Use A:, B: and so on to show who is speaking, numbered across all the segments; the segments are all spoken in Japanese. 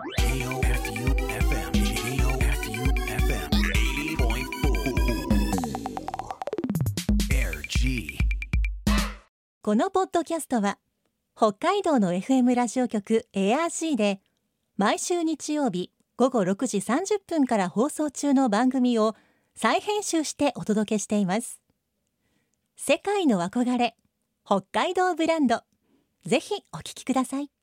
A: AOFUFM AOFUFM 80.4 Air G。
B: このポッドキャストは北海道の FM ラジオ局 ARC で毎週日曜日午後6時30分から放送中の番組を再編集してお届けしています。世界の憧れ北海道ブランド、ぜひお聞きください。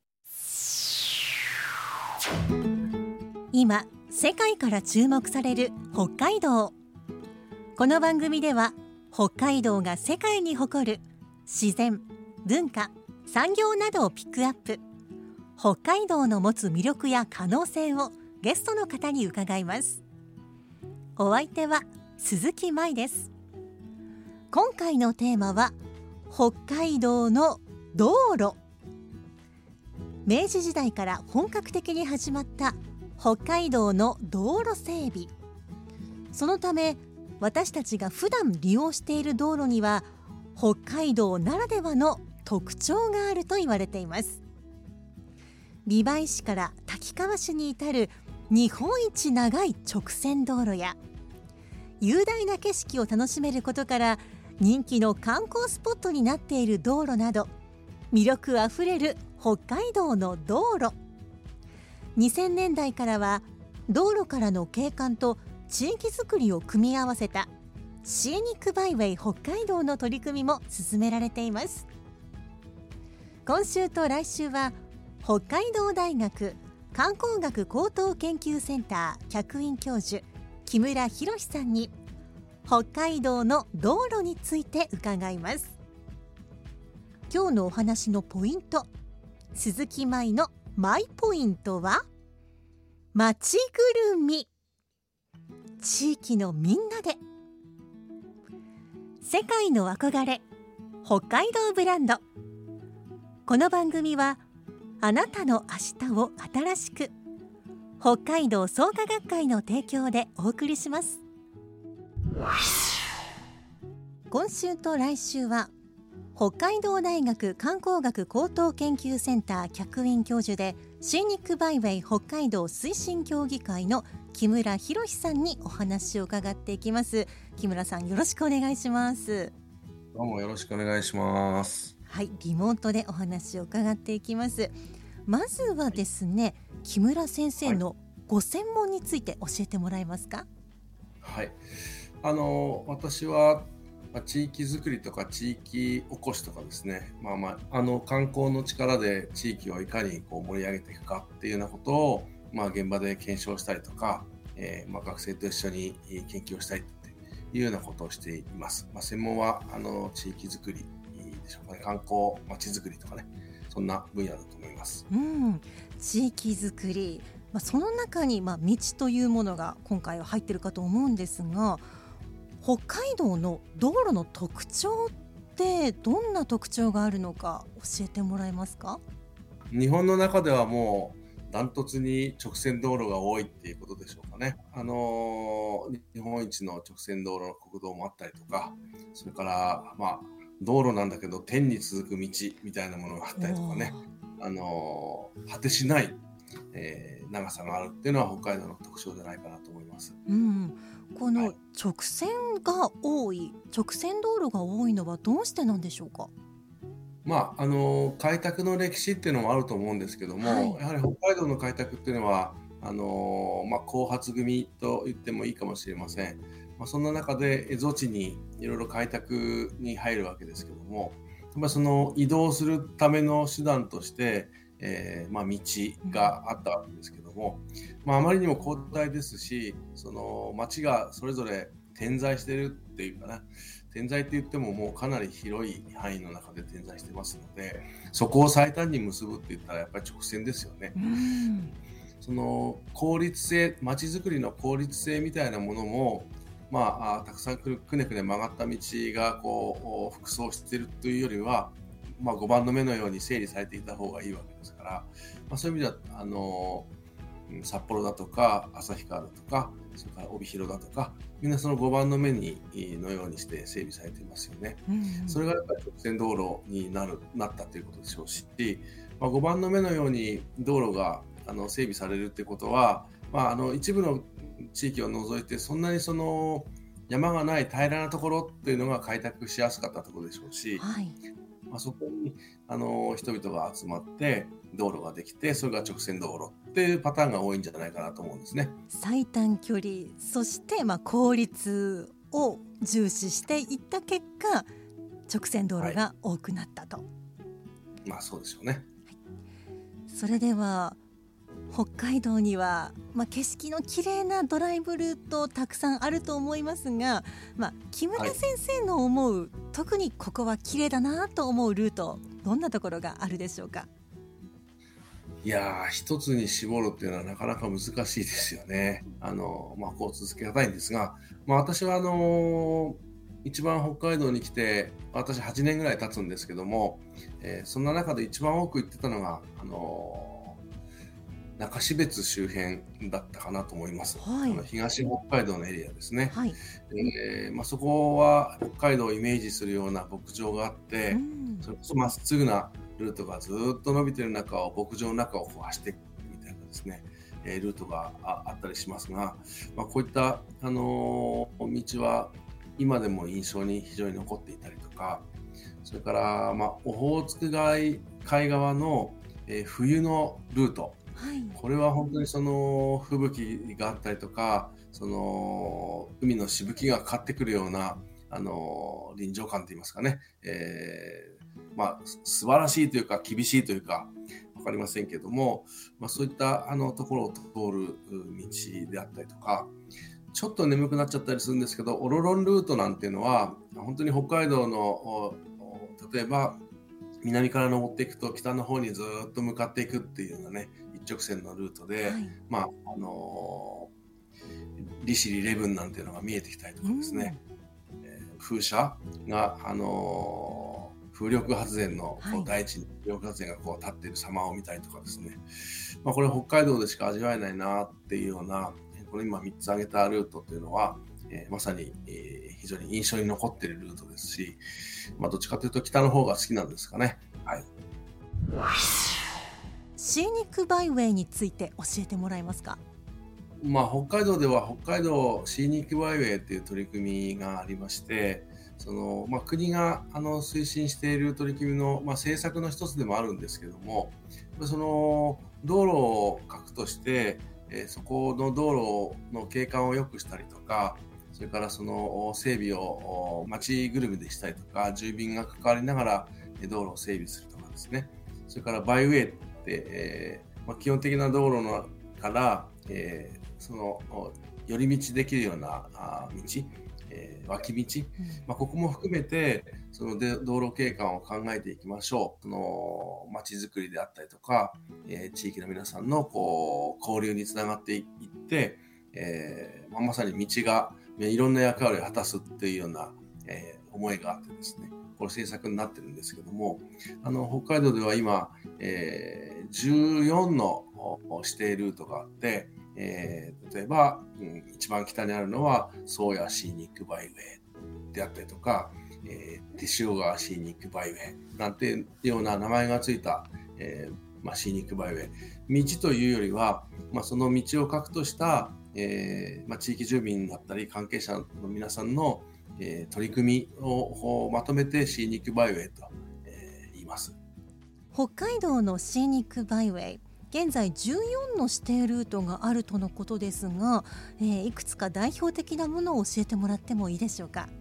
B: 今世界から注目される北海道。この番組では北海道が世界に誇る自然、文化、産業などをピックアップ。北海道の持つ魅力や可能性をゲストの方に伺います。お相手は鈴木舞です。今回のテーマは北海道の道路。明治時代から本格的に始まった北海道の道路整備。そのため私たちが普段利用している道路には北海道ならではの特徴があると言われています。美唄市から滝川市に至る日本一長い直線道路や雄大な景色を楽しめることから人気の観光スポットになっている道路など、魅力あふれる北海道の道路。2000年代からは道路からの景観と地域づくりを組み合わせたシーニックバイウェイ北海道の取り組みも進められています。今週と来週は北海道大学観光学高等研究センター客員教授木村博さんに北海道の道路について伺います。今日のお話のポイント、鈴木舞のマイポイントは街ぐるみ。地域のみんなで世界の憧れ北海道ブランド。この番組はあなたの明日を新しく、北海道創価学会の提供でお送りします。今週と来週は北海道大学観光学高等研究センター客員教授でシーニックバイウェイ北海道推進協議会の木村博さんにお話を伺っていきます。木村さん、よろしくお願いします。
C: どうもよろしくお願いします。
B: はい、リモートでお話を伺っていきます。まずはですね、木村先生のご専門について教えてもらえますか？
C: はい、私は地域づくりとか地域おこしとかですね、観光の力で地域をいかに盛り上げていくかっていうようなことを、現場で検証したりとか、学生と一緒に研究をしたりっていうようなことをしています。専門は地域づくりでしょうかね、観光街づくりとかね、そんな分野だと思います。
B: 地域づくり、その中に道というものが今回は入っているかと思うんですが、北海道の道路の特徴ってどんな特徴があるのか教えてもらえますか？
C: 日本の中ではもうダントツに直線道路が多いっていうことでしょうかね。日本一の直線道路の国道もあったりとか、それから道路なんだけど天に続く道みたいなものがあったりとかね、果てしない、長さがあるっていうのは北海道の特徴じゃないかなと思います。
B: この直線が多い、直線道路が多いのはどうしてなんでしょうか？
C: 開拓の歴史っていうのもあると思うんですけども、やはり北海道の開拓っていうのは後発組と言ってもいいかもしれません。そんな中で蝦夷地にいろいろ開拓に入るわけですけども、その移動するための手段として、道があったわけですけども、あまりにも広大ですし、その町がそれぞれ点在してるっていうかな、点在って言ってももうかなり広い範囲の中で点在してますので、そこを最短に結ぶって言ったらやっぱり直線ですよね。その効率性、町づくりの効率性みたいなものも、たくさんくねくね曲がった道が複層しているというよりは、5番の目のように整理されていた方がいいわけですから、そういう意味では札幌だとか旭川だとか、それから帯広だとか、みんなその5番の目のようにして整備されていますよね。それがやっぱり直線道路になったということでしょうし、5番の目のように道路が整備されるってことは、一部の地域を除いてそんなに山がない平らなところっていうのが開拓しやすかったところでしょうし、
B: はい。
C: そこに人々が集まって道路ができて、それが直線道路っていうパターンが多いんじゃないかなと思うんですね。
B: 最短距離、そして効率を重視していった結果、直線道路が多くなったと。
C: そうでしょうね。
B: それでは北海道には、景色の綺麗なドライブルートたくさんあると思いますが、木村先生の思う、特にここは綺麗だなと思うルート、どんなところがあるでしょうか？
C: いやー、一つに絞るっていうのはなかなか難しいですよね。こう続けたいんですが、私は一番北海道に来て、私8年ぐらい経つんですけども、そんな中で一番多く行ってたのが中標津周辺だったかなと思います。
B: はい。
C: 東北海道のエリアですね。
B: はい。
C: そこは北海道をイメージするような牧場があっ
B: う
C: て、
B: ん。
C: それこそまっすぐなルートがずっと伸びている中を、牧場の中を走っていくみたいなですね、ルートがあったりしますが、こういった、道は今でも印象に非常に残っていたりとか、それから、オホーツク海側の、冬のルート、
B: はい。
C: これは本当に吹雪があったりとか、海のしぶきがかかってくるような臨場感といいますかね、素晴らしいというか厳しいというか分かりませんけども、そういったところを通る道であったりとか、ちょっと眠くなっちゃったりするんですけど、オロロンルートなんていうのは本当に北海道の例えば南から登っていくと北の方にずっと向かっていくっていうようなね、一直線のルートで、
B: はい。
C: 利尻レブンなんていうのが見えてきたりとかですね、風車が、風力発電の大地に風力発電が立っている様を見たりとかですね、これ北海道でしか味わえないなっていうような、この今3つ挙げたルートっていうのは、まさに、非常に印象に残っているルートですし、どっちかというと北の方が好きなんですかね。はい。
B: シーニックバイウェイについて教えてもらえますか？
C: 北海道では北海道シーニックバイウェイっていう取り組みがありまして、国が推進している取り組みの、政策の一つでもあるんですけども、道路を核として、そこの道路の景観を良くしたりとか、それからその整備を町ぐるみでしたりとか、住民が関わりながら道路を整備するとかですね、それからバイウェイって、基本的な道路のから、その寄り道できるような道、脇道、ここも含めてその道路景観を考えていきましょう。その街づくりであったりとか、地域の皆さんの交流につながっていって、まさに道がいろんな役割を果たすっていうような、思いがあってですね、これ政策になってるんですけども、北海道では今、14の指定ルートがあって、例えば、一番北にあるのは宗谷シーニックバイウェイであったりとか、手塩川シーニックバイウェイなんていうような名前がついた、シーニックバイウェイ、道というよりは、その道を核とした、地域住民だったり関係者の皆さんの、取り組みをまとめてシーニックバイウェイと、言います。
B: 北海道のシーニックバイウェイ、現在14の指定ルートがあるとのことですが、いくつか代表的なものを教えてもらってもいいでしょうか？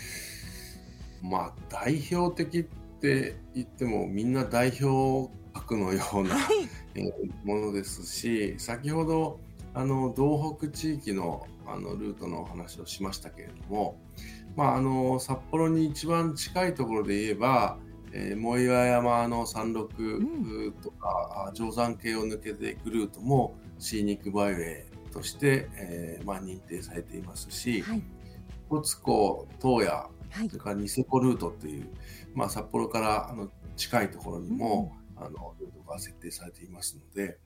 C: 代表的って言ってもみんな代表格のような、
B: はい。
C: ものですし、先ほど道北地域のルートのお話をしましたけれども、札幌に一番近いところで言えば、藻岩山の山麓とか、定山系を抜けていくルートもシーニックバイウェイとして、認定されていますし、
B: はい。
C: 支笏洞爺、
B: はい。
C: それからニセコルートっていう、札幌から近いところにも、ルートが設定されていますので、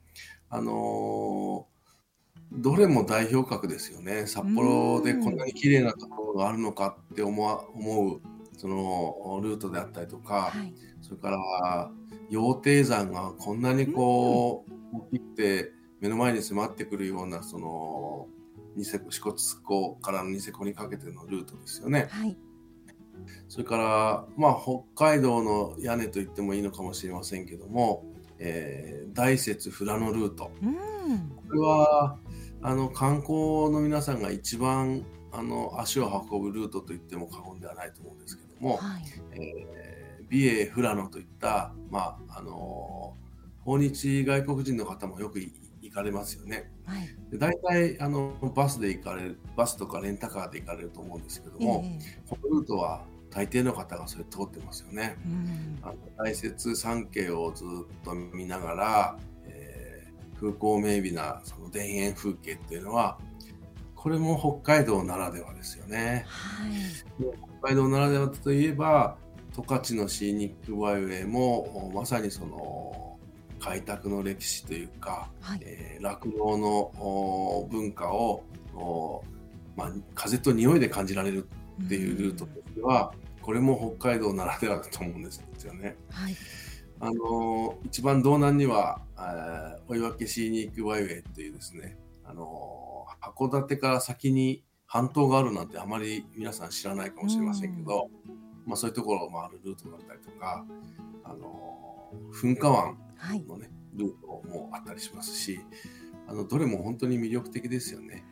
C: どれも代表格ですよね。札幌でこんなに綺麗なところがあるのかって思うそのルートであったりとか、
B: はい。
C: それから羊蹄山がこんなに切って目の前に迫ってくるようなその支笏湖からのニセコにかけてのルートですよね。
B: はい。
C: それから、北海道の屋根と言ってもいいのかもしれませんけども、大雪富良野ルート、これは観光の皆さんが一番足を運ぶルートと言っても過言ではないと思うんですけども、
B: はい。
C: 美瑛富良野といった、訪日外国人の方もよく行かれますよね。
B: はい。
C: で大体バスとかレンタカーで行かれると思うんですけども、このルートは大抵の方がそれ通ってますよね。大雪山系をずっと見ながら、風光明媚なその田園風景っていうのは、これも北海道ならではですよね。
B: はい。
C: 北海道ならではといえば、十勝のシーニックバイウェイもまさにその開拓の歴史というか、
B: はい。
C: 酪農の文化を風と匂いで感じられるっていうルートとしては、これも北海道ならではだと思うんですよね。
B: はい。
C: 一番道南には追分シーニックバイウェイっていうですね、函館から先に半島があるなんてあまり皆さん知らないかもしれませんけど、そういうところを回るルートだったりとか、噴火湾のね、ルートもあったりしますし、どれも本当に魅力的ですよね。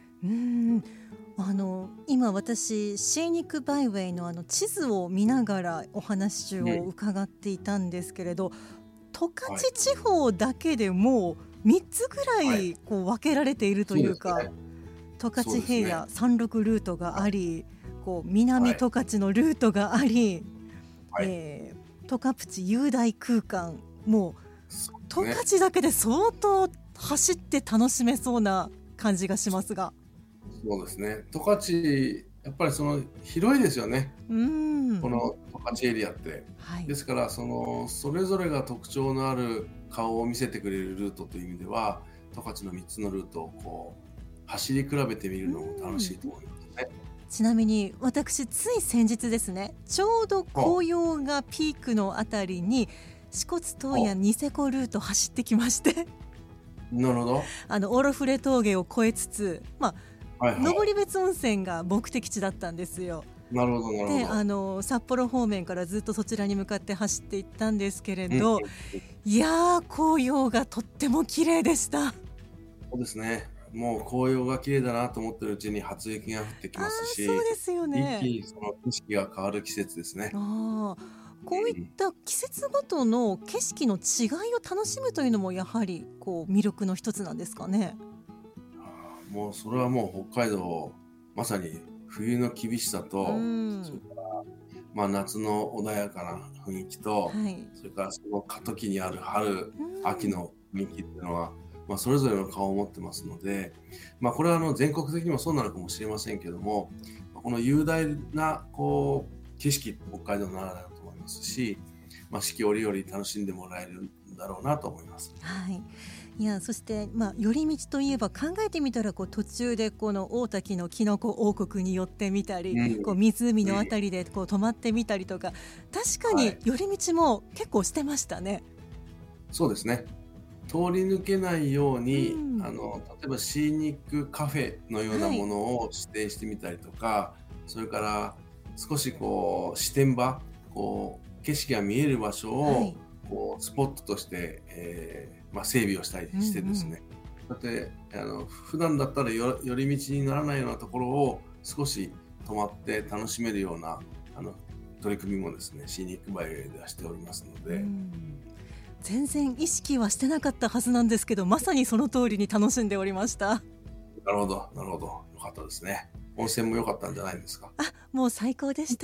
B: 今私シーニックバイウェイの地図を見ながらお話を伺っていたんですけれど、十勝地方だけでもう3つぐらいこう分けられているというか、十勝平野山麓ルートがあり、こう南十勝のルートがあり、十勝プチ雄大空間、もう十勝だけで相当走って楽しめそうな感じがしますが。
C: そうですね、十勝やっぱりその広いですよね、この十勝エリアって、ですからそれぞれが特徴のある顔を見せてくれるルートという意味では、十勝の3つのルートをこう走り比べてみるのも楽しいと思いますね。
B: ちなみに私つい先日ですね、ちょうど紅葉がピークのあたりに支笏洞爺ニセコルート走ってきまして
C: なるほど。
B: オロフレ峠を越えつつ、登別温泉が目的地だったんですよ。
C: なるほどなるほど。
B: で札幌方面からずっとそちらに向かって走っていったんですけれど、いやー紅葉がとっても綺麗でした。
C: そうですね、もう紅葉が綺麗だなと思ってるうちに初雪が降ってきますし、
B: そうですよね、
C: 一気にその景色が変わる季節ですね。
B: こういった季節ごとの景色の違いを楽しむというのもやはりこう魅力の一つなんですかね。
C: もうそれはもう北海道まさに冬の厳しさと、それから夏の穏やかな雰囲気と、それからその過渡期にある春、秋の雰囲気っていうのは、それぞれの顔を持ってますので、これは全国的にもそうなのかもしれませんけども、この雄大なこう景色って北海道ならではだと思いますし、四季折々楽しんでもらえるんだろうなと思います。
B: いや、そして、寄り道といえば考えてみたらこう途中でこの大滝のきのこ王国に寄ってみたり、こう湖のあたりでこう泊まってみたりとか、確かに寄り道も結構してましたね。
C: そうですね、通り抜けないように、例えばシーニックカフェのようなものを指定してみたりとか、それから少しこう視点場、こう景色が見える場所をこうスポットとして、整備をしたりしてですね、だって普段だったら寄り道にならないようなところを少し泊まって楽しめるような取り組みもですね、シーニックバイウェイではしておりますので、
B: 全然意識はしてなかったはずなんですけど、まさにその通りに楽しんでおりました。
C: なるほどなるほど、よかったですね。温泉も良かったんじゃないですか。
B: もう最高でした。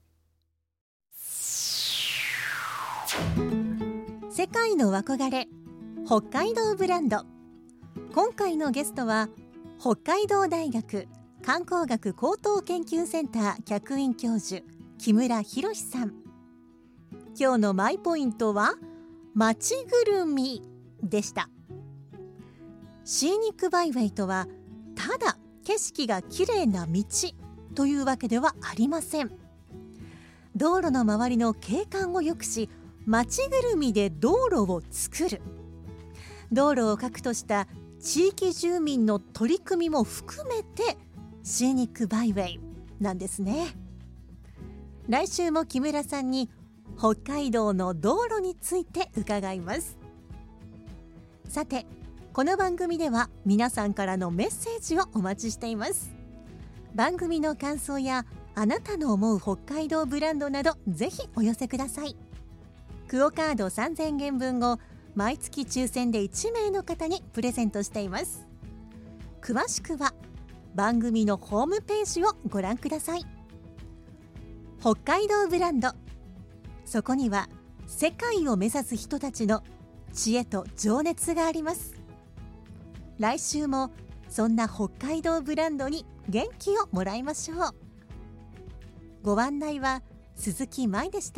B: 世界の憧れ北海道ブランド。今回のゲストは北海道大学観光学高等研究センター客員教授木村博さん。今日のマイポイントは街ぐるみでした。シーニックバイウェイとはただ景色がきれいな道というわけではありません。道路の周りの景観を良くし、街ぐるみで道路を作る。 道路を核とした地域住民の取り組みも含めてシーニックバイウェイなんですね。来週も木村さんに北海道の道路について伺います。さて、この番組では皆さんからのメッセージをお待ちしています。番組の感想やあなたの思う北海道ブランドなどぜひお寄せください。クオカード3000元分を毎月抽選で1名の方にプレゼントしています。詳しくは番組のホームページをご覧ください。北海道ブランド、そこには世界を目指す人たちの知恵と情熱があります。来週もそんな北海道ブランドに元気をもらいましょう。ご案内は鈴木舞でした。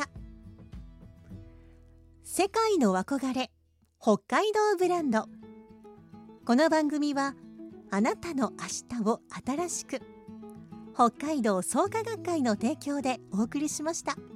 B: 世界の憧れ、北海道ブランド。この番組はあなたの明日を新しく、北海道創価学会の提供でお送りしました。